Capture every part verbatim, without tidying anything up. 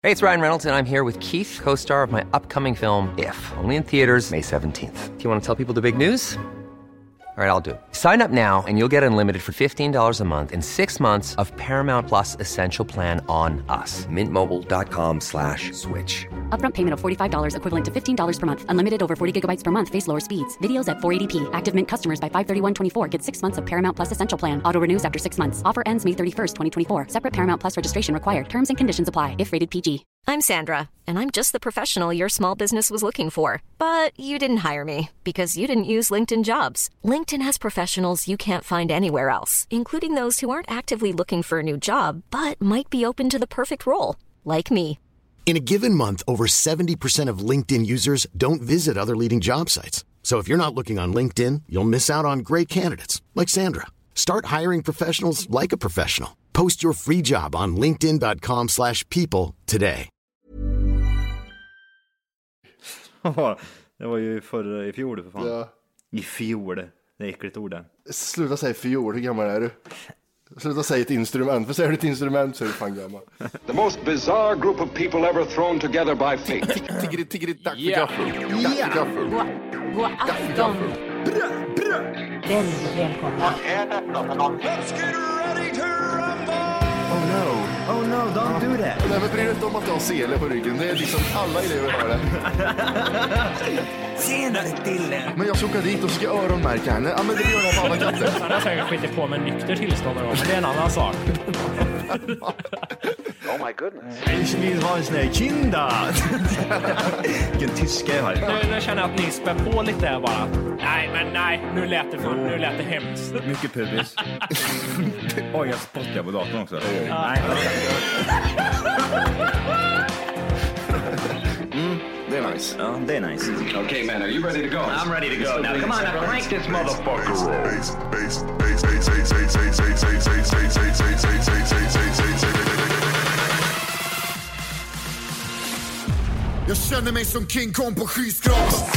Hey, it's Ryan Reynolds, and I'm here with Keith, co-star of my upcoming film, If, only in theaters May seventeenth. Do you want to tell people the big news? All right, I'll do it. Sign up now and you'll get unlimited for fifteen dollars a month and six months of Paramount Plus Essential Plan on us. Mint Mobile dot com slash switch. Upfront payment of forty-five dollars equivalent to fifteen dollars per month. Unlimited over forty gigabytes per month. Face lower speeds. Videos at four eighty p. Active Mint customers by five thirty-one twenty-four get six months of Paramount Plus Essential Plan. Auto renews after six months. Offer ends May thirty-first, twenty twenty-four. Separate Paramount Plus registration required. Terms and conditions apply if rated P G. I'm Sandra, and I'm just the professional your small business was looking for. But you didn't hire me because you didn't use LinkedIn Jobs. LinkedIn has professionals you can't find anywhere else, including those who aren't actively looking for a new job, but might be open to the perfect role, like me. In a given month, over seventy percent of LinkedIn users don't visit other leading job sites. So if you're not looking on LinkedIn, you'll miss out on great candidates like Sandra. Start hiring professionals like a professional. Post your free job on linkedin dot com slash people today. Det var ju förra i fjol för fan. Ja. I fjol. Det är äckligt ord där. Sluta säga fjol, hur gammal är du? Sluta säga ett instrument, för säger du ett instrument så är du fan gammal. The most bizarre group of people ever thrown together by fate. Tiggeri, tiggeri, dack för gaffel. Dack för gaffel. God afton. Väldigt välkomna. Let's get ready to rumble! Oh no. Oh no, don't do that. Nej, men bryr dig inte om att du har sele på ryggen. Det är liksom alla elever har det. Senare till det. Men jag ska åka dit och ska öronmärka henne. Ja, men det gör jag på alla katter. Han har säkert skitit på med nykter tillstånd då, men det är en annan sak. Oh my goodness. Ich vill ha en sån här kinda. Vilken tyska jag har. Nu, nu känner jag att ni spär på lite här bara. Nej, men nej. Nu lät det, för, nu lät det hemskt. Mycket pubis. Oj, jag spottar på datorn också. Nej. Mm, det är nice. Ja, det är nice. Okay, man, are you ready to go? I'm ready to go. Now, come on, now crank this motherfucker. Jag känner mig som King Kong på skyskrapan.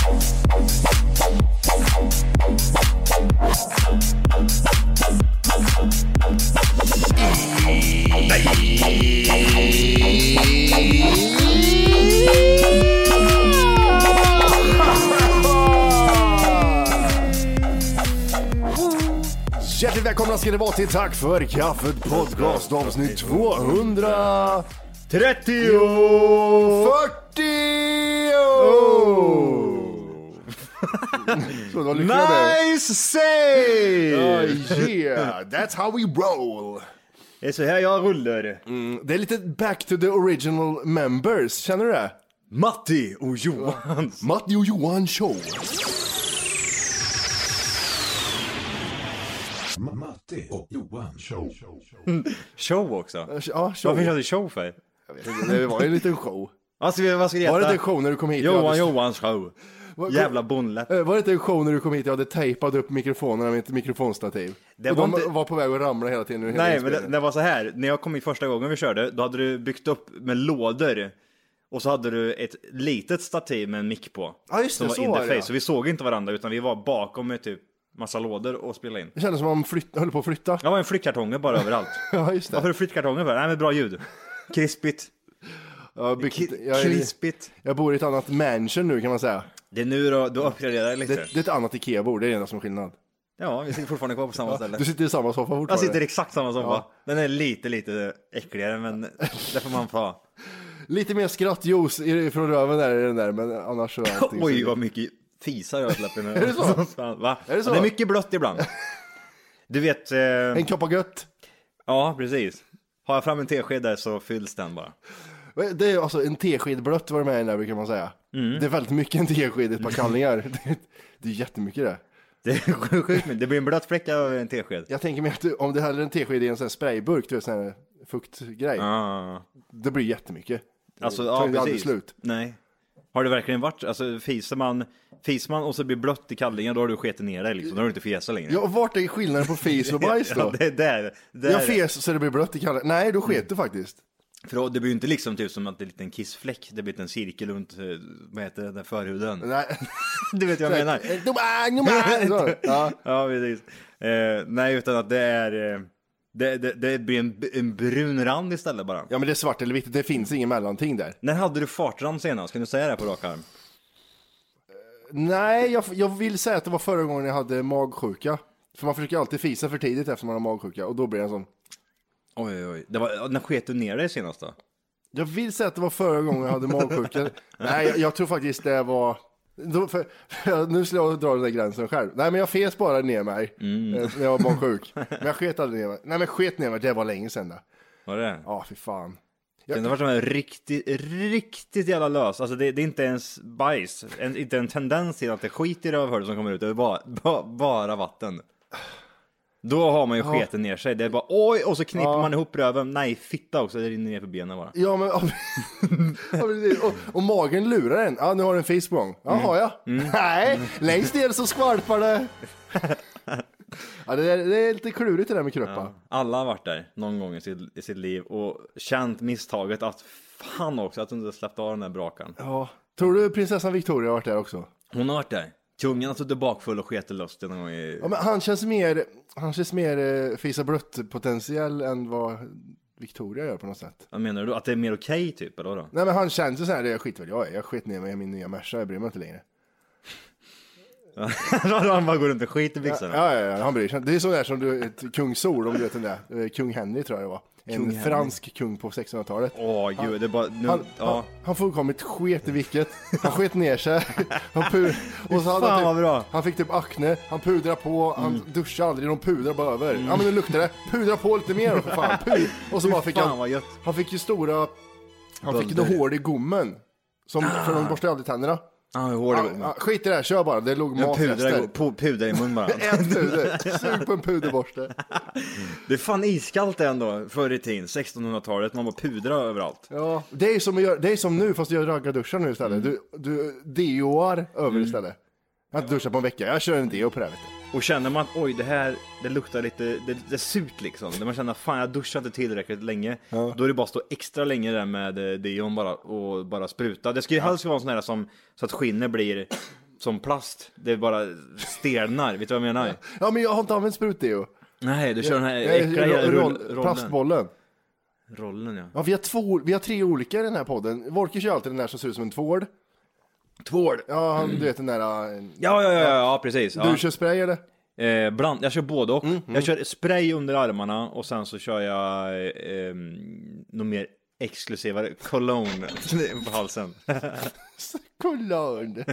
Hjärtligt välkomna ska det vara till Tack för kaffet podcast avsnitt tvåhundratrettio fyrtio. Så då Nice save! Oh, yeah, that's how we roll. Det är så här jag rullar. Mm, det är lite back to the original members, känner du det? Matti och Johan. Matti och Johan show. Matti och Johan show. Show också? Ja, show. Varför körde du show för? Jag vet inte, det var ju en liten show. Alltså, vad ska det heta? Var det en show när du kom hit? Johan hade... Johans show. Jävla bonläpp. Var det inte en show när du kom hit? Jag hade tejpat upp mikrofonerna med ett mikrofonstativ. Det och var de inte... var på väg att ramla hela tiden. Hela Nej, men det, det var så här. När jag kom hit första gången vi körde, då hade du byggt upp med lådor. Och så hade du ett litet stativ med en mick på. Ja, just det, som var så interface. var det, ja. Så vi såg inte varandra, utan vi var bakom med typ massa lådor och spelade in. Det kändes som om man flytt, höll på att flytta. Jag var en flyttkartonger bara överallt. Ja, just det. Varför är det flyttkartonger för? Nej, men bra ljud. Krispigt. Ja, byggt, K- jag, är, krispigt. jag bor i ett annat mansion nu, kan man säga. Det är nu då, du uppgraderar lite. Det, det är ett annat Ikea-bord, det är det enda som är skillnad. Ja, vi sitter fortfarande kvar på samma Ja, ställe. du sitter i samma soffa fortfarande. Jag sitter i exakt samma soffa. Ja. Den är lite, lite äckligare, men det får man få ha. Lite mer skrattjuice från röven där i den där, men annars så är allting Oj, så... vad mycket fisar jag släpper nu. Är det så? Va? Är det så? Ja, det är mycket blött ibland. Du vet... Eh... En kopp gött. Ja, precis. Har jag fram en tesked där så fylls den bara. Det är alltså en tesked blött var det med i den där, brukar man säga. Mm. Det är väldigt mycket en tesked, ett par kallingar. det, är, det är jättemycket det. Det är sjukt mycket. Det blir en blött fläcka över en tesked. Jag tänker mig att du, om det hade en tesked i en sån här sprayburk, du vet, sån här fuktgrej. Ah. Det blir jättemycket. Alltså, det ja, aldrig slut. Nej. Har det verkligen varit, alltså fiser man, fiser man och så blir blött i kallingen, då har du sketit ner dig liksom. Då har du inte fesa längre. Ja, och vart är skillnaden på fis och bajs då? Ja, det är där. där. Jag fes så det blir blött i kallingen. Nej, då sket du faktiskt. För då, det blir ju inte liksom typ som att det är en liten kissfläck. Det blir en cirkel runt, vad heter det, den förhuden. Nej. Du vet vad jag menar. Ja, Ja, precis. Eh, nej, utan att det är... Eh, Det, det, det blir en, en brun rand istället bara. Ja, men det är svart eller vitt. Det finns ingen mellanting där. När hade du fartrand senast? Kan du säga det på rak arm? Nej, jag, jag vill säga att det var förra gången jag hade magsjuka. För man försöker alltid fisa för tidigt efter man har magsjuka. Och då blir det en sån... Oj, oj. Det var, när sket du ner dig senast då? Jag vill säga att det var förra gången jag hade magsjuka. Nej, jag, jag tror faktiskt det var... Då, för, för, nu skulle jag dra den där gränsen själv. Nej, men jag fes bara ner mig mm. när jag var magsjuk. Men jag sket aldrig ner mig. Nej, men sket ner mig, det var länge sedan då. Var det? Ja, fy fan. Jag... Det var som en riktigt, riktigt jävla lös. Alltså det, det är inte ens bajs. En, inte en tendens till att det skit i rövhålet som kommer ut. Det är bara, bara, bara vatten. Då har man ju ja. sketen ner sig. Det är bara oj, och så knipper ja. man ihop röven. Nej, fitta också, det rinner ner på benen bara. Ja, men och, och magen lurar en. Ja, nu har du en fis på gång. Jaha, mm. ja. Mm. Nej, längst ner så skvalpar det. Ja, det är, det är lite klurigt det där med kruppa. Ja. Alla har varit där någon gång i sitt, i sitt liv och känt misstaget att fan också att hon inte släppt av den där brakan. Ja. Tror du prinsessan Victoria har varit där också? Hon har varit där. Kungen har suttit bakfull och sket i lusten någon gång i... Ja, men han känns mer, han känns mer eh, fisa blött potentiell än vad Victoria gör på något sätt. Vad menar du? Att det är mer okej okay, typ, eller då? Nej, men han känns ju så här, det skit väl jag är. Jag skit ner mig i min nya Merca, jag bryr mig inte längre. Han bara går runt och skit i byxorna. Ja, ja, ja, han bryr sig. Det är så där som du, ett kungsord, om du vet den där. Kung Henry tror jag det var. En kung fransk Henry. Kung på sextonhundratalet. Åh, gud, han, det är bara... Nu, han, ja. han, han fullkomligt sket i vilket. Han sket ner sig. Han, pu- och så hade fan, han, typ, bra. han fick typ akne. Han pudrar på. Han mm. duschar aldrig. De pudrar bara över. Mm. Ja, men nu luktar det. Pudra på lite mer då, för fan. Pud. Och så bara fick han... Han fick ju stora... Han fick ju hål i gommen. Som, ah. För de borstar aldrig tänderna. Ah, hål i gommen. Ah, skit i det här, kör bara. Det låg matrester. Pudra, puder i mun bara. Ett puder. Sug på en puderborste. Det är fan iskallt ändå förr i tiden, sextonhundratalet. Man var pudra överallt. Ja, det är som, gör, det är som nu, fast jag raggar duschar nu istället. Mm. Du, du deoar över mm. istället. Jag har inte duschat på en vecka. Jag kör en deo på det här, vet du. Och känner man att oj, det här, det luktar lite, det, det är surt liksom. När man känner, fan jag duschar inte tillräckligt länge. Ja. Då är det bara att stå extra länge där med deon bara, och bara spruta. Det ska ju helst vara en sån här som, så att skinnet blir som plast. Det är bara stelnar, vet du vad jag menar? Ja, men jag har inte använt sprutdeo. Nej, du kör den här äckliga roll, roll, rollen. Plastbollen. Rollen, ja. Ja, vi har, två, vi har tre olika i den här podden. Volker kör alltid den där som ser ut som en tvål. Tvål? Ja, han, du vet den där... En, ja, ja, ja, ja, ja, precis. Du ja. kör spray eller? Eh, bland, jag kör både och. Mm, mm. Jag kör spray under armarna och sen så kör jag eh, något mer exklusivare cologne på halsen. Cologne.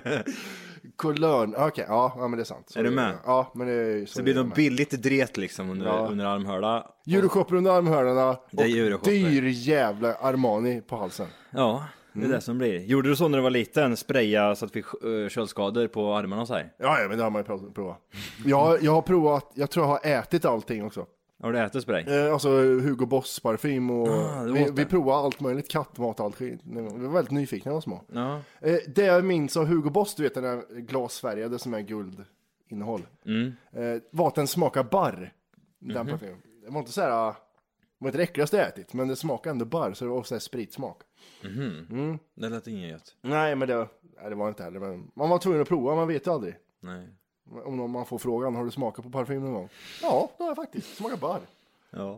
Cologne. Okej, okay, ja, ja, men det är sant. Så är du med? Ja, men det är så. Så det blir något billigt dret liksom under, ja. under armhörda. Euroshopper under armhördarna. Det är Euroshopper. Dyr jävla Armani på halsen. Ja. Det är mm. det som blir. Gjorde du så när du var liten? Spraya så att vi uh, köldskador på armarna och så här? Ja, ja, men det har man ju provat. Jag, jag har provat, jag tror jag har ätit allting också. Har du ätit spray? Eh, alltså Hugo Boss parfym och ah, vi, vi provade allt möjligt, kattmat och allt skit. Vi var väldigt nyfikna när vi var små. Ja. Eh, det jag minns av Hugo Boss, du vet den där glasfärgade som är guldinnehåll. Mm. Eh, var att den smakar barr. Den mm-hmm. parfym. Det var inte så här, det var inte det äckligaste jag ätit, men det smakade ändå barr, så det var också spritsmak. Mm-hmm. Mm. Det lät inget gött. Nej, men det, nej, det var inte heller. Men man var tvungen att prova, man vet ju aldrig. Nej. Om man får frågan, har du smakat på parfym någon gång? Ja, det har jag faktiskt. Smakar barr. Ja.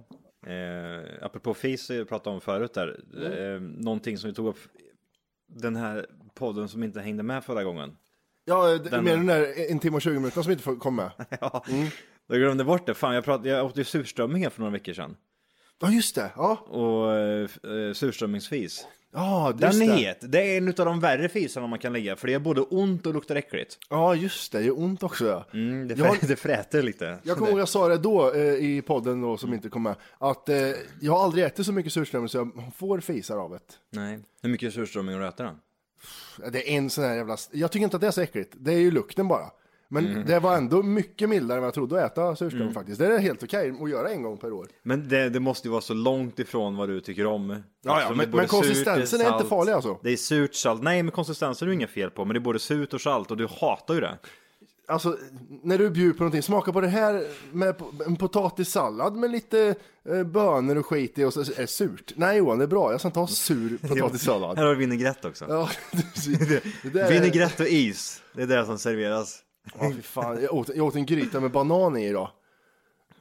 Eh, apropå fis, jag pratade om förut där. Mm. Eh, någonting som vi tog upp den här podden som inte hängde med förra gången. Ja, den... med den där en timme och tjugo minuter som inte kom med. Ja, mm. Jag glömde bort det. Fan, jag, pratade, jag åt ju surströmming här för några veckor sedan. Ja, just det. Ja. Och eh, surströmmingsfis. Ja, den är det. het. Det är en av de värre fisarna man kan lägga. För det är både ont och luktar äckligt. Ja, just det. Det är ont också, ja. Mm, det, frä, det fräter lite. Jag kommer ihåg jag sa det då eh, i podden då, som inte kom med. Att eh, jag har aldrig ätit så mycket surströmming så jag får fisar av det. Nej. Hur mycket surströmming har du ätit då? Det är en sån här jävla... Jag tycker inte att det är så äckligt. Det är ju lukten bara. Men mm. det var ändå mycket mildare än vad jag trodde att äta surströmming mm. faktiskt. Det är helt okej att göra en gång per år. Men det, det måste ju vara så långt ifrån vad du tycker om. Ja, alltså, ja men, men konsistensen surt, är inte farlig alltså. Det är surt, salt. Nej, men konsistensen är ju inga fel på. Men det är både surt och salt och du hatar ju det. Alltså, när du bjuder på någonting, smaka på det här med en potatissallad med lite eh, bönor och skit i och så är det surt. Nej Johan, det är bra. Jag ska inte ha sur potatissallad. Här har vi vinägrett också. Ja, det, det är... Vinägrett och is. Det är det som serveras. Ja, fy fan. Jag åt, jag åt en gryta med banan i idag.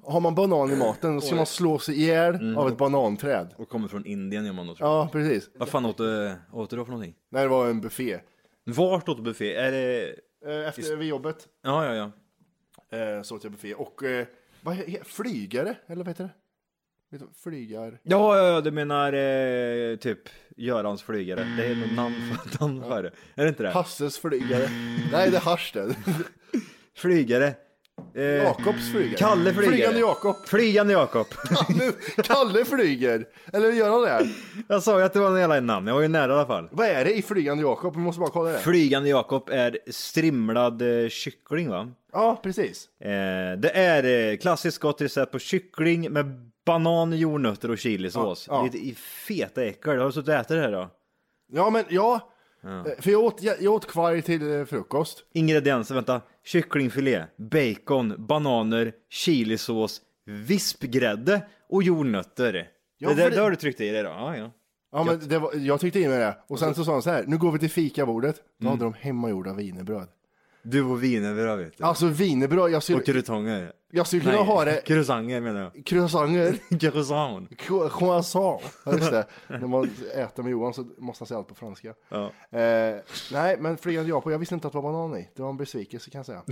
har man banan i maten så ska man slå sig ihjäl Mm. av ett bananträd. Och kommer från Indien gör man då, tror jag. Ja, precis. Vad fan åt du, åt du då för någonting? Nej, det var en buffé. Vart åt du buffé? Är det... Eh, Efter vid jobbet Ja, ja, ja. eh, så åt jag buffé. Och eh, vad he- flygare, eller vad heter det? Vet du, Flygar... Ja, ja, ja, du menar eh, typ Görans flygare. Det är något namn för, namn för det. Är det inte det? Hasses flygare. Nej, det är Hasch det. Flygare. Eh, Jakobs flygare. Kalle flygare. Flygande Jakob. Flygande Jakob. Kalle, Kalle flyger. Eller gör han det? Jag sa ju att det var en jävla namn. Jag var ju nära i alla fall. Vad är det i Flygande Jakob? Vi måste bara kolla det. Flygande Jakob är strimlad eh, kyckling, va? Ja, precis. Eh, det är eh, klassiskt gott recept på kyckling med banan, jordnötter och chilisås. Ja, ja. Lite i feta äckel. Har du suttit och ätit det här då? Ja, men ja. Ja. Eh, För jag åt, jag, jag åt kvarg till eh, frukost. Ingredienser, vänta. Kycklingfilé, bacon, bananer, chilisås, vispgrädde och jordnötter. Ja, det där, för det- det har du tryckt i det då? Ja, ja. Ja, men det var, jag tyckte in med det. Och sen så sa han så här, nu går vi till fikabordet. Då hade de hemmagjorda wienerbröd. Du och wienerbröd, vet du. Alltså wienerbröd, jag Och skulle, krutonger. jag skulle kunna ha det. Croissanter menar jag. Croissanter. Croissant. Cro- Croissant. Ja, just det. När man äter med Johan så måste han säga allt på franska. Ja. Eh, nej, men Flygande Jakob, jag visste inte att det var banan i. Det var en besvikelse kan jag säga.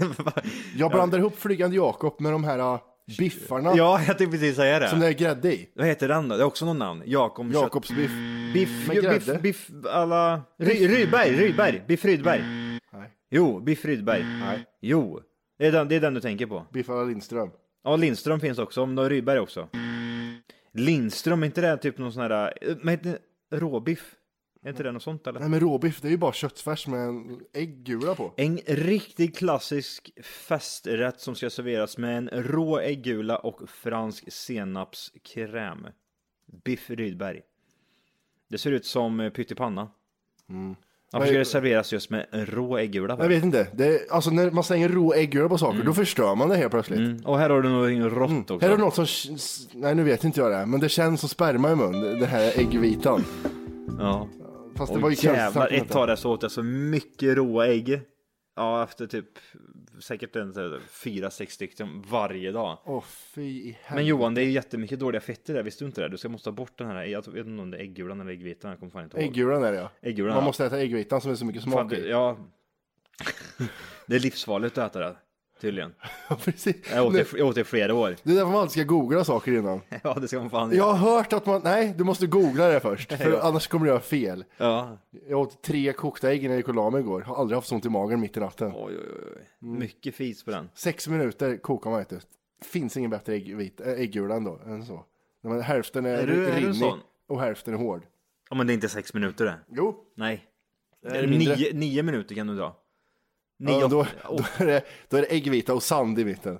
Jag blandar ihop Flygande Jakob med de här uh, biffarna Ja, jag tänkte precis säga det. som det är grädde i. Vad heter den då? Det är också någon namn. Jakob Jakobs biff. Biff, med jo, grädde. biff, biff, alla... Ry, Rydberg, Rydberg, Biff Rydberg. Nej. Jo, Biff Rydberg. Nej. Jo, det är, den, det är den du tänker på. Biff alla Lindström. Ja, Lindström finns också, om du har Rydberg också. Lindström, är inte det typ någon sån här... Men heter det råbiff? Är inte det något sånt eller? Nej, men råbiff, det är ju bara köttfärs med en äggula på. En riktig klassisk festrätt som ska serveras med en rå äggula och fransk senapskräm. Biff Rydberg. Det ser ut som pyttipanna. Mm. Varför ska det serveras just med en rå äggula? Jag vet inte. Det är, alltså när man slänger rå äggula på saker, då förstör man det helt plötsligt. Mm. Och här har du något rått Mm. också. Här är det något som... Nej, nu vet inte jag det. Men det känns som sperma i mun, det här äggvitan. Ja. Fast det Och var ju jävlar, konstigt. ett tag där så åt jag så mycket råa ägg. Ja, efter typ säkert en så här, fyra, sex stycken varje dag. Åh, fy i helvete. Men Johan, det är ju jättemycket dåliga fetter där, visste du inte det? Du ska måste ta bort den här, jag vet inte om det är äggulan eller äggvitan, jag kommer fan inte ihåg. Äggulan är det, ja. Äggulan, Man ja. måste äta äggvitan som är så mycket Fan, smak det, i. ja. Det är livsfarligt att äta det, tydligen. Ja, precis. Jag åt, Nu- det, jag åt det i flera år. Det är därför man alltid ska googla saker innan. Ja, det ska man fan Jag göra. har hört att man... Nej, du måste googla det först. För Ja. annars kommer du göra fel. Ja. Jag åt tre kokta ägg när jag gick och la mig igår. Har aldrig haft så ont i magen mitt i natten. Oj, oj, oj. Mycket fis på den. Sex minuter kokar man, vet du. Finns ingen bättre äggvit, äh, äggula ändå än så. När man, hälften är, Är du- är du rinnig sån? och hälften är hård. Ja, men det är inte sex minuter det. Jo. Nej. Är det mindre? nio, nio minuter kan du dra. Nio, Ja, då, åt- då, är det, då är det äggvita och sand i mitten.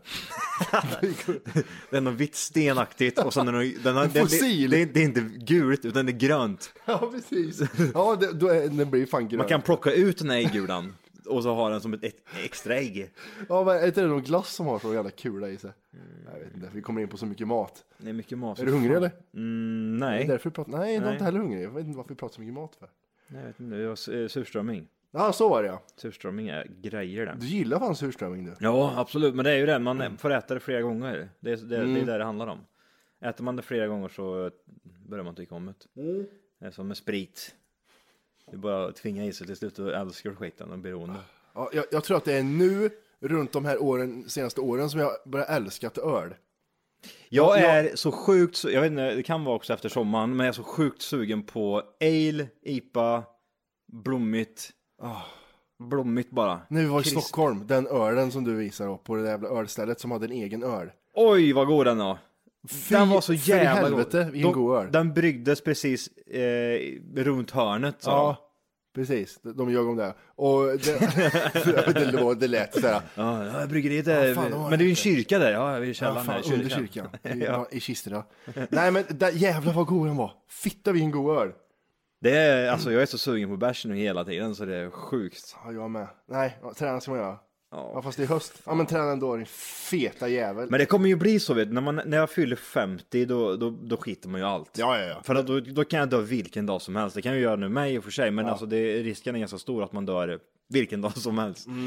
Det är något vitt stenaktigt och sen är det, något- den har, det, Fossil. det, det, är- det är inte gult utan det är grönt. Ja, precis. Ja, det, då är, den blir fan grön. Man kan plocka ut den här äggulan och så ha den som ett, ett extra ägg. Ja, men är inte det någon glass som har så jävla kula i sig? Jag vet inte, vi kommer in på så mycket mat. Det är mycket mat. Är du hungrig eller? Mm, Det nej. är därför vi pratar... Nej, jag är Nej. inte heller hungrig. Jag vet inte varför vi pratar så mycket mat för. Nej, jag vet inte. Det var eh, surströmming. Ja, så var det ja. Surströmming är grejer det. Du gillar fan surströmming du. Ja, absolut. Men det är ju det. Man får äta det flera gånger. Det är det, Mm. det, är det det handlar om. Äter man det flera gånger så börjar man tycka om det. Mm. Det är som med sprit. Det är bara att tvinga i sig till slut och älskar skiten och beroende. Ja, jag, jag tror att det är nu, runt de här åren, senaste åren, som jag börjar älska till öl. Jag Ja, är så sjukt, su- jag vet inte, det kan vara också efter sommaren, men jag är så sjukt sugen på ale, I P A, blommigt. Oh. Blommigt bara. När vi var i Krisp. Stockholm, den ölen som du visar upp på det där jävla ölstället som hade en egen öl. Oj, vad god den var. Fy- Den var så för i jävla helvete, god. vilken god öl. Den bryggdes precis eh, runt hörnet. Så. Ja, precis. De, de gör om det. Och det, det, låg, det lät sådär. Ja, ja, bryggeriet är... Ja, fan, de har men det är ju en det. kyrka där, ja, vid Ja, källaren. fan, där, under kyrkan. I, Ja. I Kistra. Nej, men där, jävlar vad god den var. Fitta vilken god öl. Det är, alltså jag är så sugen på bärs nu hela tiden så det är sjukt. Ja, jag med. Nej, ja, träna ska man göra. Ja. Ja, fast det är höst. Ja, men träna ändå, din feta jävel. Men det kommer ju bli så, vet du, när, man, när jag fyller femtio då, då, då skiter man ju allt. Ja, ja, ja. För att då, då kan jag dö vilken dag som helst. Det kan jag göra nu med i och för sig, men alltså det, risken är ganska stor att man dör vilken dag som helst. Mm.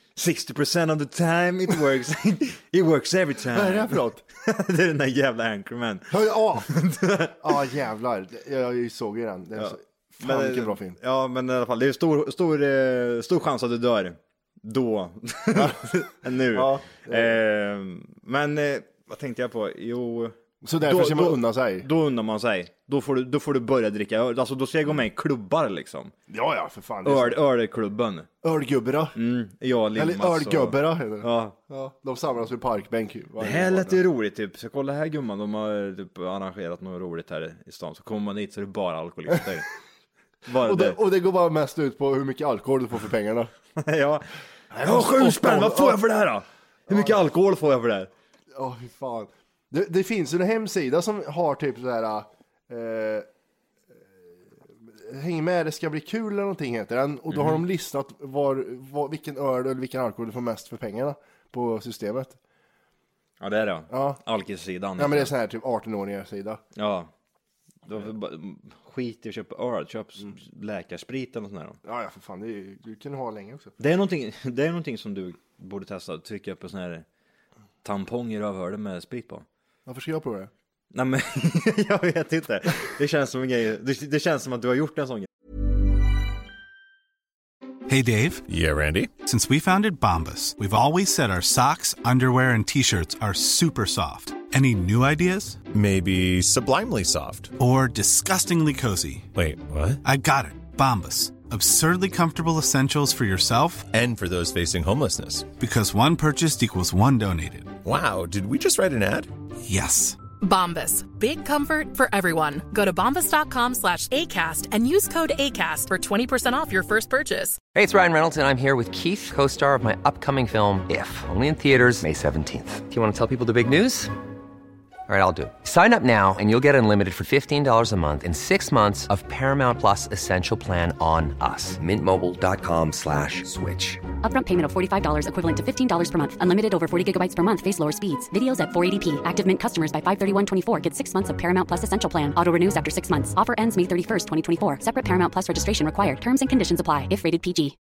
sixty percent of the time it works. It works every time. Vad är det för något? Det är den där jävla Anchorman. Ja, ja jävlar. Jag såg ju den. Det är Ja. så... Fan, Men, vilken bra film. Ja, men i alla fall, det är stor, stor, eh, stor chans att du dör då. än nu. Ja. Eh, men eh, vad tänkte jag på? Jo... Så därför då, ska man då, unna sig. Då unnar man sig. Då får du, då får du börja dricka öl. Alltså då ska jag gå med i klubbar liksom. Ja, ja, för fan. Öl, ölklubben. Ölgubbarna. Mm, jag, Eller ölgubbarna heter det. Ja. Ja, de samlas vid parkbänk. Det här lät ju roligt typ. Så kolla här gumman, de har typ arrangerat något roligt här i stan. Så kommer man dit så är det bara alkoholister. Bara och, det, det. och det går bara mest ut på hur mycket alkohol du får för pengarna. Ja. Jag har sju spänn, vad får jag för det här då? Hur mycket alkohol får jag för det här? Ja, oh, fy fan. Det, det finns ju en hemsida som har typ så här eh, häng med, det ska bli kul eller någonting heter den. Och då mm. har de listat var, var, vilken öl eller vilken alkohol du får mest för pengarna på systemet. Ja, det är det. Ja. Alkis-sidan. Ja, men det är så här typ arton-åringar sida. Ja. Då skit i att köpa öl, köp mm. läkarsprit eller sånt där. Ja, ja, för fan, det är, du kan ha länge också. Det är någonting, det är någonting som du borde testa, trycka upp en sån här tampong i rövhålet med sprit på. Varför ska jag prova det? Nej, men jag vet inte. Det känns som en grej. Det, det känns som att du har gjort en sån grej. Hey Dave. Yeah, Randy. Since we founded Bombas, we've always said our socks, underwear and t-shirts are super soft. Any new ideas? Maybe sublimely soft. Or disgustingly cozy. Wait, what? I got it. Bombas. Absurdly comfortable essentials for yourself and for those facing homelessness. Because one purchased equals one donated. Wow, did we just write an ad? Yes. Bombas. Big comfort for everyone. Go to bombas.com slash ACAST and use code ACAST for twenty percent off your first purchase. Hey, it's Ryan Reynolds, and I'm here with Keith, co-star of my upcoming film, If, only in theaters May seventeenth. Do you want to tell people the big news? All right, I'll do it. Sign up now and you'll get unlimited for fifteen dollars a month and six months of Paramount Plus Essential Plan on us. Mint Mobile dot com slash switch. Upfront payment of forty-five dollars equivalent to fifteen dollars per month. Unlimited over forty gigabytes per month. Face lower speeds. Videos at four eighty p. Active Mint customers by five thirty-one twenty-four get six months of Paramount Plus Essential Plan. Auto renews after six months. Offer ends May thirty-first, twenty twenty-four. Separate Paramount Plus registration required. Terms and conditions apply if rated P G.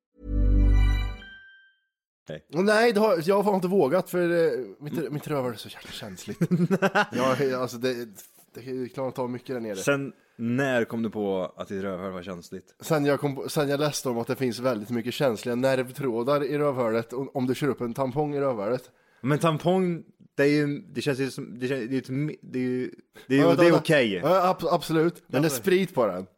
Nej, det har, jag har inte vågat för uh, mitt, mitt rövhål är så jäkla känsligt. jag, alltså det, det klarar att ta mycket där nere. Sen när kom du på att ditt rövhål var känsligt? Sen jag, kom, sen jag läste om att det finns väldigt mycket känsliga nervtrådar i rövhålet om du kör upp en tampong i rövhålet. Men tampong, det är ju, det känns ju som, det, känns, det är ju, det är ju, det är, ja, det är okej. Okay. Ja, ab- absolut, men det är sprit på den.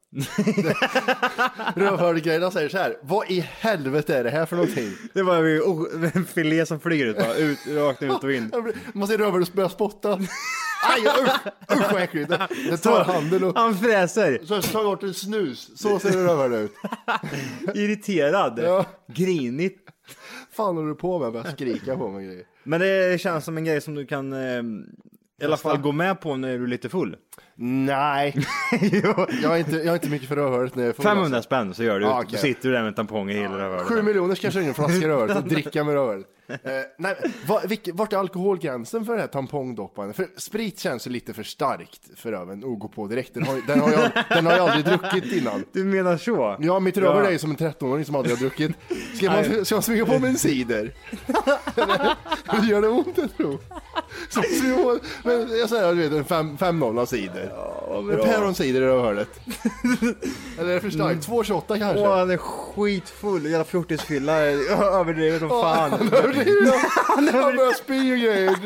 Rövhålgrejerna säger så här: vad i helvete är det här för någonting? Det var ju oh, en filé som flyger ut, bara, ut, rakt ut och in. Man ser rövhålet börja spotta. Aj, usch, usch vad äckligt. Det tar handen och han fräser. Så tar bort en snus. Så ser det rövhålet ut. Irriterad. Ja. Grinigt. Fan håller du på med? Bara skrika på mig grejer. Men det känns som en grej som du kan eh, i alla fall gå med på när du är lite full. Nej. jag, är inte, jag är inte mycket för rövhålet när jag är full. femhundra spänn så gör du. Ah, okay. Du sitter där med tampong i hela rövhålet. Sju miljoner ska jag köra in en flaska rövhålet och dricka med rövhålet. Uh, nej, var, vilk, vart är alkoholgränsen för det här tampongdoppan? För sprit känns ju lite för starkt för öven att gå på direkt. Den har, den har, jag, den har jag aldrig druckit innan. Du menar så? Ja, mitt rövhål ja. är som en trettonåring som aldrig har druckit. Ska man, ska man smyga på med en cider? Hur gör det ont, jag tror? Så, så, men jag säger, du vet, en fem, fem noll av cider. Ja, en päronsider i rövhålet. Eller är det för starkt? Mm. två tjugoåtta kanske? Åh, han är skitfull. Jävla fjortisfylla. Överdrivet som fan. Han börjar spy och grejer.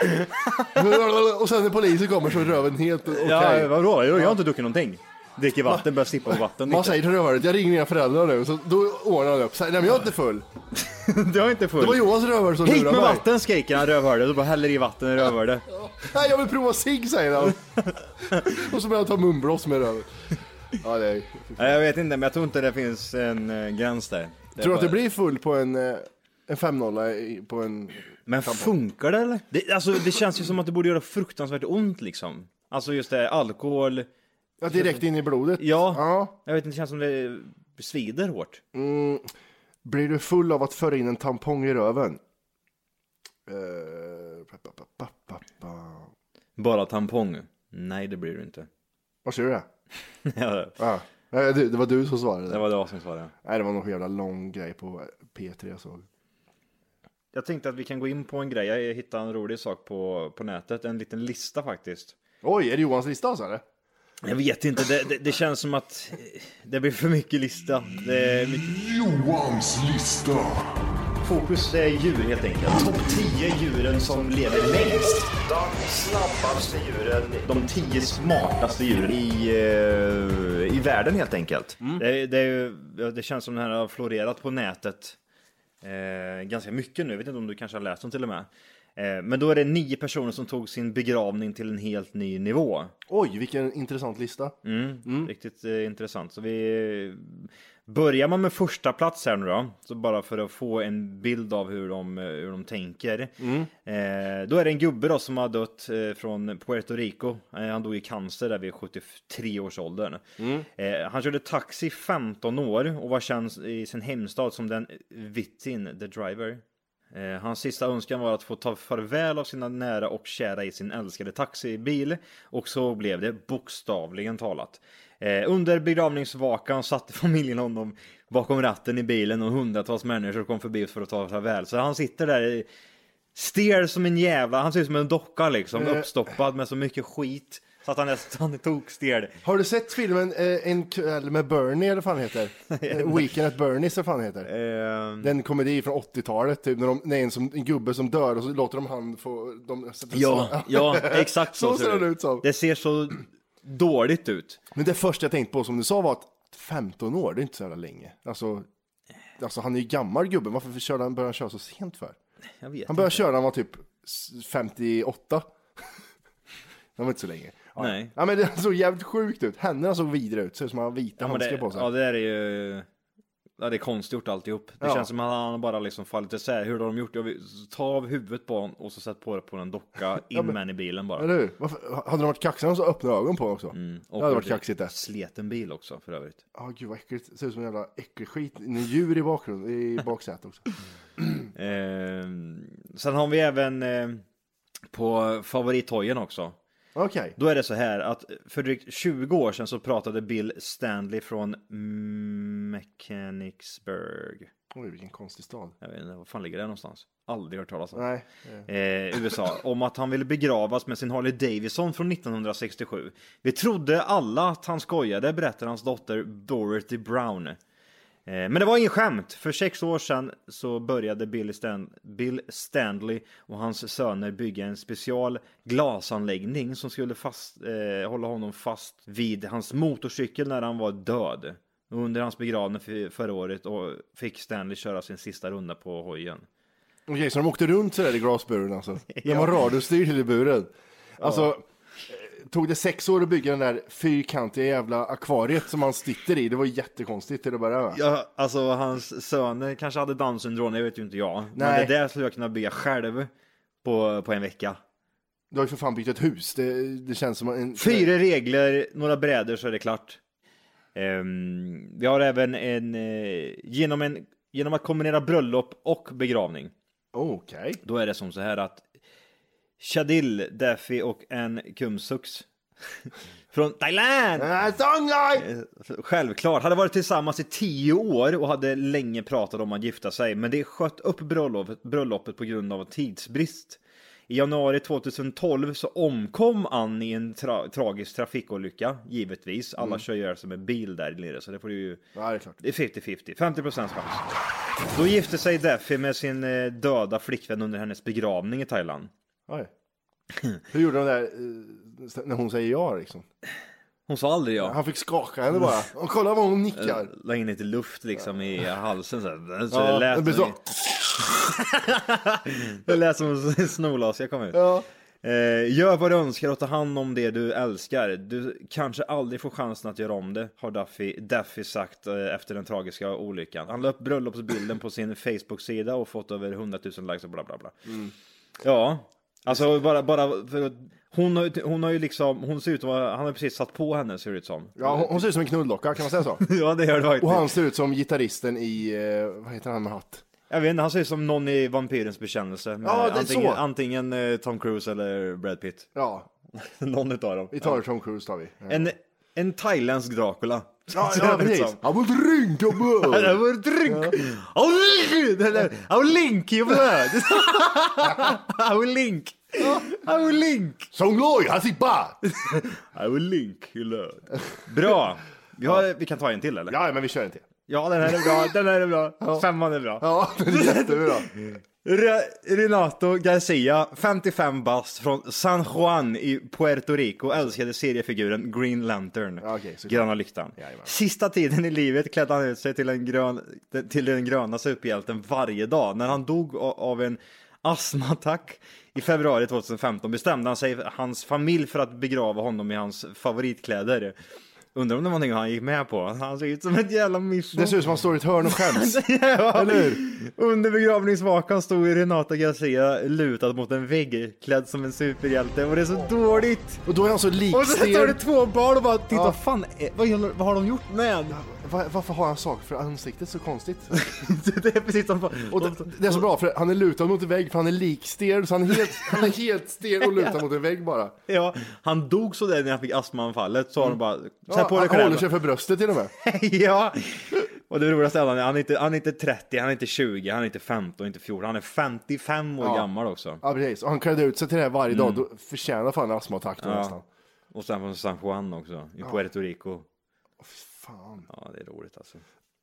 Och sen när polisen kommer så är röven helt okej. Okay. Ja, vadå? Jag har inte druckit någonting. Dricker vatten, börjar sippa på vatten. Man säger till rövhålet, jag ringer mina föräldrar nu. Så då ordnar han upp. Nej, men jag är inte full. Du är inte full. Det var Johans rövhål som hit lurade med mig. Vatten skriker han rövhålet. Och bara häller i vatten i rövhålet. Nej, jag vill prova cigg, säger han. Och så börjar han ta munblås med rövhålet. Ja, det är... Nej, jag vet inte, men jag tror inte det finns en uh, gräns där. Det tror du bara... att det blir full på en, uh, en fem noll på en... Men tampong. Funkar det eller? Det, alltså, det känns ju som att det borde göra fruktansvärt ont liksom. Alltså just det, alkohol... Ja, direkt in i blodet. Ja, ja. Jag vet inte, det känns som det svider hårt. Mm. Blir du full av att föra in en tampong i röven? Uh, pa, pa, pa, pa, pa. Bara tampong? Nej, det blir du inte. Vad säger du det? Ja. Ah. Nej, det var du som svarade. Det var jag som svarade. Nej, det var någon jävla lång grej på P tre jag såg. jag tänkte att vi kan gå in på en grej. Jag hittade en rolig sak på, på nätet. En liten lista faktiskt. Oj, är det Johans lista alltså, eller? Jag vet inte, det, det, det känns som att det blir för mycket lista. Det är mycket... Johans lista. Fokus är djur helt enkelt. Topp tio djuren som lever längst. De snabbaste djuren. De tio smartaste djuren i, uh, i världen helt enkelt. Mm. Det, det, det känns som det här har florerat på nätet uh, ganska mycket nu. Jag vet inte om du kanske har läst dem till och med. Uh, men då är det nio personer som tog sin begravning till en helt ny nivå. Oj, vilken intressant lista. Mm, mm. Riktigt uh, intressant. Så vi... Börjar man med första plats här nu då, så bara för att få en bild av hur de, hur de tänker. Mm. Eh, då är det en gubbe då som har dött eh, från Puerto Rico. Eh, han dog i cancer där vid sjuttiotre års åldern. Mm. Eh, han körde taxi femton år och var känd i sin hemstad som den Vittin, the driver. Eh, hans sista önskan var att få ta farväl av sina nära och kära i sin älskade taxibil. Och så blev det bokstavligen talat. Eh, under begravningsvakan satte familjen honom bakom ratten i bilen och hundratals människor kom förbi för att ta farväl. Så han sitter där stel som en jävla, han ser ut som en docka liksom, eh. uppstoppad med så mycket skit. Så att han nästan tog stel. Har du sett filmen eh, en kväll med Bernie eller vad fan heter? Weekend at Bernie's eller vad fan heter? Uh... Den komedi från åttiotalet typ när de när en som en gubbe som dör och så låter de han få de Ja, så. ja, exakt så, så ser det ut som. Det ser så dåligt ut. Men det första jag tänkte på som du sa var att femton år, det är inte så jävla länge. Alltså alltså han är ju gammal gubben. Varför körde han började han köra så sent för? Jag vet han började inte. köra när han var typ femtioåtta. Det var inte så länge. Ja. Nej. Ja, men det såg jävligt sjukt ut. Händerna såg vidare ut. Ser ut som han har vita ja, handskar det, på sig. Ja, det är ju... Ja, det är konstgjort alltihop. Det ja. känns som att han bara liksom fallit isär. Hur har de gjort? Jag vill ta av huvudet på honom och så sätt på det på en docka in ja, men, med i bilen bara. Eller hur? Varför, hade de varit kaxiga så öppna ögon på också? Mm. Och det hade varit kaxigt där. Sleten bil också för övrigt. Ja, oh, gud vad äckligt. Det ser ut som en jävla äcklig skit. En djur i bakgrunden, i baksätet också. eh, sen har vi även eh, på favorittojen också. Okej. Okay. Då är det så här att för drygt tjugo år sedan så pratade Bill Stanley från Mechanicsburg. Oj, vilken konstig stad. Jag vet inte, var fan ligger det någonstans? Aldrig hört talas om. Nej. Eh, U S A. Om att han ville begravas med sin Harley Davidson från nittonhundrasextiosju. Vi trodde alla att han skojade, berättar hans dotter Dorothy Brown. Men det var ingen skämt. För sex år sedan så började Bill, Stan- Bill Stanley och hans söner bygga en special glasanläggning som skulle fast, eh, hålla honom fast vid hans motorcykel när han var död. Och under hans begravning för, förra året och fick Stanley köra sin sista runda på hojen. Okej, okay, så de åkte runt så där i glasburen alltså. De var radiostyrd i buren. Alltså... Ja. Tog det sex år att bygga den där fyrkantiga jävla akvariet som han sitter i. Det var jättekonstigt till att börja. Ja, alltså hans söner kanske hade Down-syndrom, det vet ju inte jag. Nej. Men det där skulle jag kunna bygga själv på, på en vecka. Du har ju för fan byggt ett hus. Det, det känns som en... Fyra regler, några brädor så är det klart. Um, vi har även en, uh, genom en... Genom att kombinera bröllop och begravning. Okej. Okay. Då är det som så här att Shadil, Daffy och en Kumsux från Thailand. Självklart. Hade varit tillsammans i tio år och hade länge pratat om att gifta sig. Men det sköt upp bröllopet, bröllopet på grund av tidsbrist. I januari tjugohundratolv så omkom Ann i en tra- tragisk trafikolycka. Givetvis. Alla mm. kör ju som en bil där nere. Så det får ju... Ja, det är klart. Det är femtio femtio. femtio procent chans. Då gifte sig Daffy med sin döda flickvän under hennes begravning i Thailand. Oj. Hur gjorde de där när hon säger ja liksom? Hon sa aldrig ja. Han fick skaka henne bara. Och kolla vad hon nickar. La in lite luft liksom i halsen så, så ja, det lät det blir så. Det lät som en snolas jag kom ut. Ja. Eh, gör vad du önskar och ta hand om det du älskar. Du kanske aldrig får chansen att göra om det, har Daffy, Daffy sagt eh, efter den tragiska olyckan. Han la upp bröllopsbilden på sin Facebook-sida och fått över hundratusen likes och bla bla bla. Mm. Ja. Alltså bara, bara för att hon har, hon har ju liksom, hon ser ut som, han har precis satt på henne ser det ut som. Ja, hon, hon ser ut som en knulldocka, kan man säga så? Ja, det gör det faktiskt. Och han ser ut som gitarristen i, eh, vad heter han med hatt? Jag vet inte, han ser ut som någon i Vampyrens bekännelse. Ja, det är antingen, så. Antingen eh, Tom Cruise eller Brad Pitt. Ja. Någon utav dem. Vi tar ja. Tom Cruise tar vi. Ja. En en thailändsk Dracula. Ja, ja precis. I will drink your blood. I will drink. I will link your blood. I will link. I will link. Som loj, han sitter bara. I will link your blood. Bra. Vi, har, vi kan ta en till eller? Ja, men vi kör en till. Ja, den här är bra. Den här är bra. Ja. Femman är bra. Ja, den är jättebra. Re- Renato Garcia, femtiofem bast från San Juan i Puerto Rico, älskade seriefiguren Green Lantern, okay, gröna lyktan. Jajamän. Sista tiden i livet klädde han ut sig till, en grön, till den gröna superhjälten varje dag. När han dog av en astmaattack i februari tjugohundrafemton bestämde han sig hans familj för att begrava honom i hans favoritkläder. Undrar om det var någonting han gick med på. Han ser ut som ett jävla miffo. Det ser ut som han står i ett hörn och skäms. Ja. Eller hur? Under begravningsvakan stod Renato Garcia lutad mot en vägg, klädd som en superhjälte. Och det är så dåligt. Och då är han så likstel. Och så står det två barn och bara, titta, ja. fan, vad, vad har de gjort med? Var, varför har han saker för ansiktet så konstigt? Det är precis som... Och det, det är så bra, för han är lutad mot en vägg, för han är likstel. Så han är helt, han är helt stel och lutad mot en vägg bara. Ja, han dog så där när han fick astmaanfallet. Så har mm. de bara... Ja, på han håller sig för bröstet till och med. Ja, och det roligaste är att han är, inte, han är inte trettio, han är inte tjugo, han är inte femton, inte fjorton. Han är femtiofem år ja. gammal också. Ja, precis. Och han klädde ut sig till det här varje mm. dag. Då förtjänar fan en astmaattack då ja. nästan. Och sen från San Juan också, i Puerto Rico. Åh, fan. Ja, det är roligt alltså.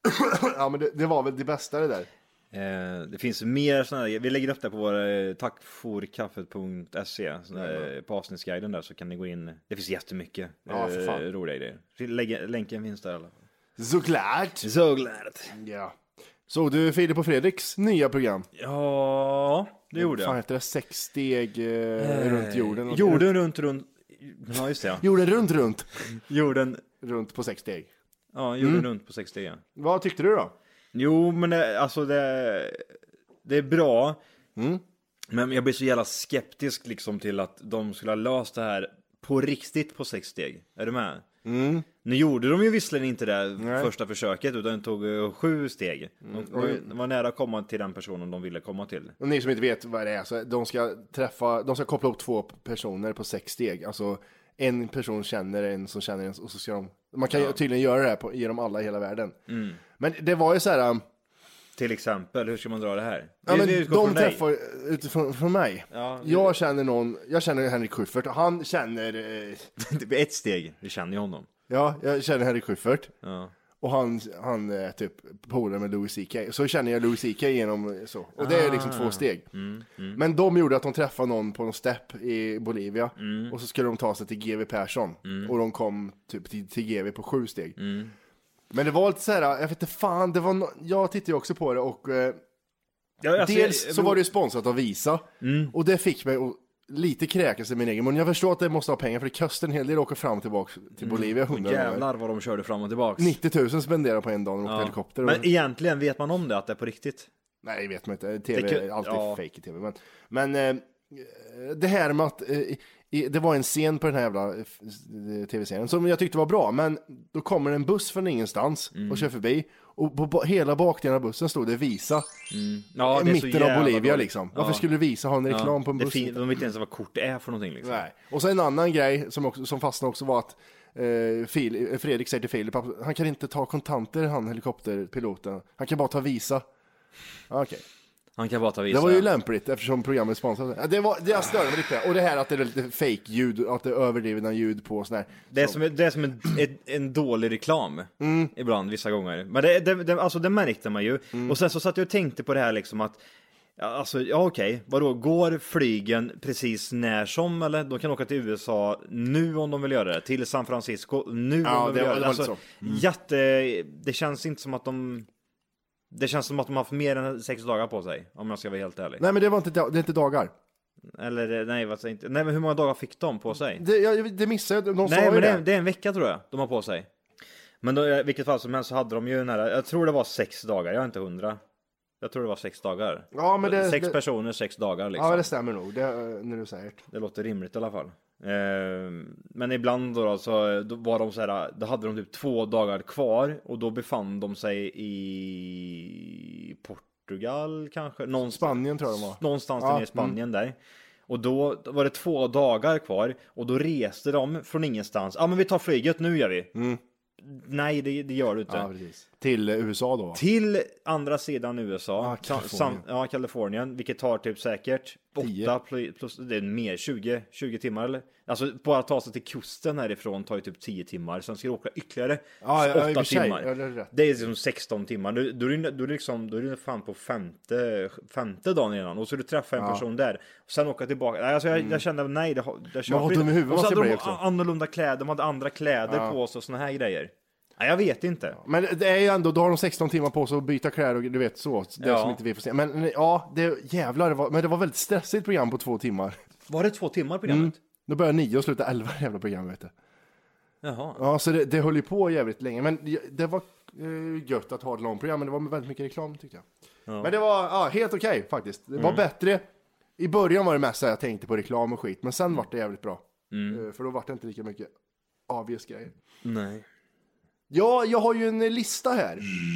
Ja, men det, det var väl det bästa det där. Eh, det finns mer sådana här, vi lägger upp det på vår eh, tackforkaffet punkt se mm. på avsnittsguiden där, så kan ni gå in. Det finns jättemycket ja, för fan. eh, roliga idéer. Lägg, länken finns där i alla fall. Såklart. Såklart. Ja. Så du Filip och Fredriks nya program? Ja, det gjorde jag. Fan heter det? Sex steg eh, runt jorden. Jorden runt runt. Ja, just det. Ja. Jorden runt runt. Jorden runt på sex steg. Ja, jorden mm. runt på sex steg. Ja. Vad tyckte du då? Jo, men det, alltså det, det är bra. Mm. Men jag blir så jävla skeptisk liksom till att de skulle ha löst det här på riktigt på sex steg. Är du med? Mm. Nu gjorde de ju visserligen inte det Nej. första försöket, utan de tog uh, sju steg. De, mm. de var nära att komma till den personen de ville komma till. Och ni som inte vet vad det är, så de ska träffa, de ska koppla upp två personer på sex steg. Alltså en person känner en som känner en, och så ska de, man kan ja. tydligen göra det här på, genom alla i hela världen. Mm. Men det var ju så här. Till exempel, hur ska man dra det här? Ja, det, men det de träffar dig. utifrån från mig. Ja, jag känner någon, jag känner Henrik Schyffert och han känner eh... det blir ett steg, vi känner ju honom. Ja, jag känner Henrik Schyffert. Ja. Och han, han är typ polare med Louis C K. Så känner jag Louis C K genom så. Och det är liksom ah. två steg. Mm, mm. Men de gjorde att de träffade någon på någon stepp i Bolivia. Mm. Och så skulle de ta sig till G W Persson. Mm. Och de kom typ till, till G W på sju steg. Mm. Men det var lite så här, jag vet inte fan, det var no- jag tittade ju också på det och eh, ja, alltså, dels jag, så var det ju sponsrat av Visa. Mm. Och det fick mig att lite kräkas i min egen mun. Jag förstår att det måste ha pengar, för det kostar en hel del att åka fram och tillbaka till Bolivia. Mm. Jävlar vad de körde fram och tillbaka. nittio tusen spenderar på en dag när de åkte ja. helikopter. Men egentligen vet man om det, att det är på riktigt? Nej, vet man inte. T V är alltid ja. fake i T V. Men, men eh, det här med att eh, i, det var en scen på den här jävla eh, tv-serien som jag tyckte var bra. Men då kommer en buss från ingenstans mm. och kör förbi. Och på, på hela bakdelen av bussen stod det Visa. Mm. Ja, det mitten av Bolivia liksom. Varför ja. skulle Visa ha en reklam ja. på en buss? Fin- de vet inte ens vad kort det är för någonting liksom. Nej. Och så en annan grej som, också, som fastnade också var att eh, Fil- Fredrik säger till Filip att han kan inte ta kontanter, han helikopterpiloten. Han kan bara ta Visa. Okej. Okay. Han kan bara ta Visa. Det var ju lämpligt eftersom programmet sponsrade. Det var det jag störde mig lite. Och det här att det är lite fake ljud, att det är överdrivna ljud på sån här. Det är som, det är som en, en, en dålig reklam mm. ibland, vissa gånger. Men det, det, det, alltså det märkte man ju. Mm. Och sen så satt jag och tänkte på det här liksom att ja, alltså, ja okej, okay. Vadå, går flygen precis när som, eller de kan åka till U S A nu om de vill göra det, till San Francisco nu ja, om de vill det, göra det. det Alltså, så. Mm. jätte, det känns inte som att de det känns som att de har haft mer än sex dagar på sig, om jag ska vara helt ärlig. Nej, men det var inte, det är inte dagar. Eller nej, vad säger inte. Nej, men hur många dagar fick de på sig? Det, jag, det missade jag, de sa nej, men ju det. det. Det är en vecka tror jag de har på sig. Men då, i vilket fall som helst så hade de ju nära, jag tror det var sex dagar, jag är inte hundra. Jag tror det var sex dagar. Ja, men det, sex det, personer, sex dagar liksom. Ja, det stämmer nog, det, när du säger det. Det låter rimligt i alla fall. Eh, men ibland då, så, då var de så här, då hade de typ två dagar kvar och då befann de sig i Portugal kanske. Någonstans, Spanien tror jag de var. Någonstans ja, i Spanien mm. där. Och då var det två dagar kvar. Och då reste de från ingenstans. Ja, ah, men vi tar flyget, nu gör vi. Mm. Nej, det, det gör du inte. Ja, precis. Till U S A då, va? Till andra sidan U S A. Ah, Kalifornien. Sam, ja, Kalifornien. Vilket tar typ säkert åtta plus, plus, det är mer, tjugo, tjugo timmar eller? Alltså bara ta sig till kusten härifrån tar ju typ tio timmar. Sen ska du åka ytterligare ah, ja, åtta timmar. Ja, det, är det är liksom sexton timmar. Då, då, är du, då, är du liksom, då är du fan på femte, femte dagen innan. Och så du träffar en ja. person där. Och sen åka tillbaka. Alltså jag, mm. jag kände, nej, det, det köper vi inte. Och så hade de också. annorlunda kläder. De hade andra kläder ja. på sig och såna här grejer. Nej, jag vet inte. Men det är ju ändå, då har de sexton timmar på sig att byta kläder och du vet så. Det ja. som inte vi får se. Men ja, det jävlar, det var, men det var väldigt stressigt program på två timmar. Var det två timmar programmet? Mm. Då började nio och slutade elva jävla program, vet du. Jaha. Ja, så det, det höll ju på jävligt länge. Men det var uh, gött att ha ett långt program, men det var väldigt mycket reklam tyckte jag. Ja. Men det var ja, helt okej okay, faktiskt. Det mm. var bättre. I början var det mest så jag tänkte på reklam och skit, men sen var det jävligt bra. Mm. Uh, för då var det inte lika mycket obvious grejer. Nej. Ja, jag har ju en lista här.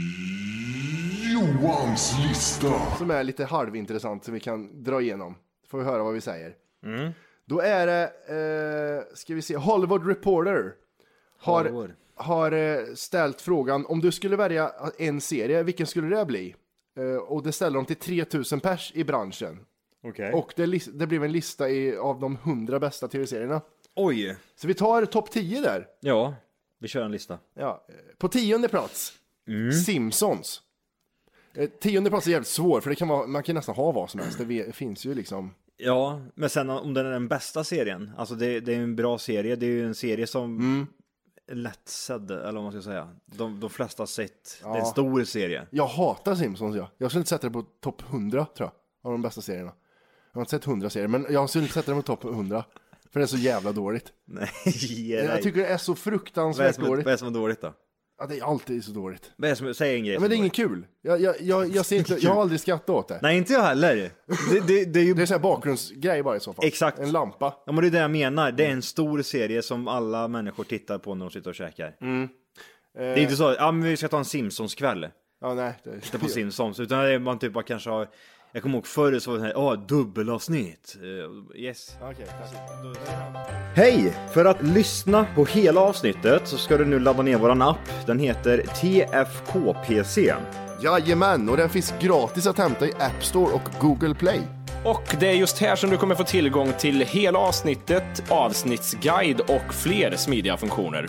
Johans lista. Som är lite halvintressant som vi kan dra igenom. Får vi höra vad vi säger. Mm. Då är det, eh, ska vi se, Hollywood Reporter har, Hollywood. har eh, ställt frågan om du skulle välja en serie, vilken skulle det bli? Eh, och det ställer de till tre tusen pers i branschen. Okay. Och det, det blev en lista i, av de hundra bästa tv-serierna. Oj! Så vi tar topp tio där. Ja, vi kör en lista. Ja, på tionde plats, mm. Simpsons. Eh, tionde plats är jävligt svår, för det kan vara, man kan nästan ha vad som helst. Det finns ju liksom... Ja, men sen om den är den bästa serien, alltså det, det är en bra serie, det är ju en serie som mm. är lätt sedd, eller vad man ska säga. De, de flesta har sett, ja. Det är en stor serie. Jag hatar Simpsons, ja. Jag skulle inte sätta det på topp hundra, tror jag, av de bästa serierna. Jag har inte sett hundra serier, men jag skulle inte sätta det på topp hundra. För det är så jävla dåligt. Nej, jag tycker det är så fruktansvärt vad är dåligt. Vad är som är dåligt då? Ja, det är alltid så dåligt. Vad är som, säg en grej. Ja, men det är ingen kul. Jag, jag, jag, jag, ser inte, jag har aldrig skrattat åt det. Nej, inte jag heller. Det, det, det är ju... Det är så här bakgrundsgrej bara i så fall. Exakt. En lampa. Ja, men det är det jag menar. Det är en stor serie som alla människor tittar på när de sitter och käkar. Mm. Eh... Det är inte så, ja men vi ska ta en Simpsons-kväll. Ja, nej. Det är... Titta på Simpsons. Utan det är man typ bara kanske har... Jag kommer ihåg förr så var det här, ja, oh, dubbelavsnitt. Uh, yes. Okay, Hej! För att lyssna på hela avsnittet så ska du nu ladda ner våran app. Den heter T F K P C. Jajamän, och den finns gratis att hämta i App Store och Google Play. Och det är just här som du kommer få tillgång till hela avsnittet, avsnittsguide och fler smidiga funktioner.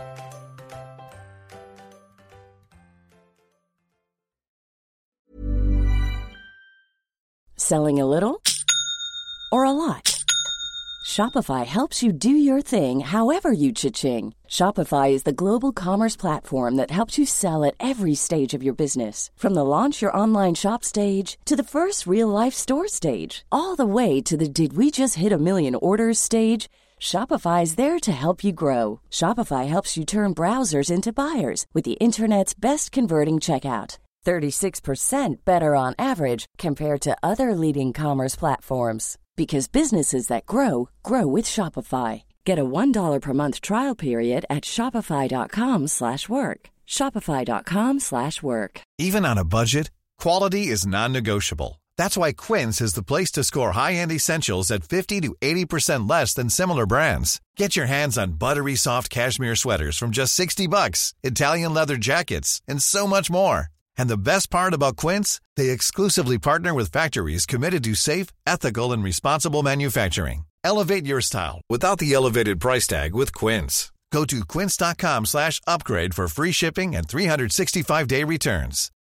Selling a little or a lot? Shopify helps you do your thing however you cha-ching. Shopify is the global commerce platform that helps you sell at every stage of your business. From the launch your online shop stage to the first real-life store stage, all the way to the did we just hit a million orders stage. Shopify is there to help you grow. Shopify helps you turn browsers into buyers with the internet's best converting checkout. thirty-six percent better on average compared to other leading commerce platforms. Because businesses that grow, grow with Shopify. Get a one dollar per month trial period at shopify.com slash work. Shopify.com slash work. Even on a budget, quality is non-negotiable. That's why Quince is the place to score high-end essentials at fifty to eighty percent less than similar brands. Get your hands on buttery soft cashmere sweaters from just sixty bucks, Italian leather jackets, and so much more. And the best part about Quince, they exclusively partner with factories committed to safe, ethical, and responsible manufacturing. Elevate your style without the elevated price tag with Quince. Go to quince.com slash upgrade for free shipping and three sixty-five day returns.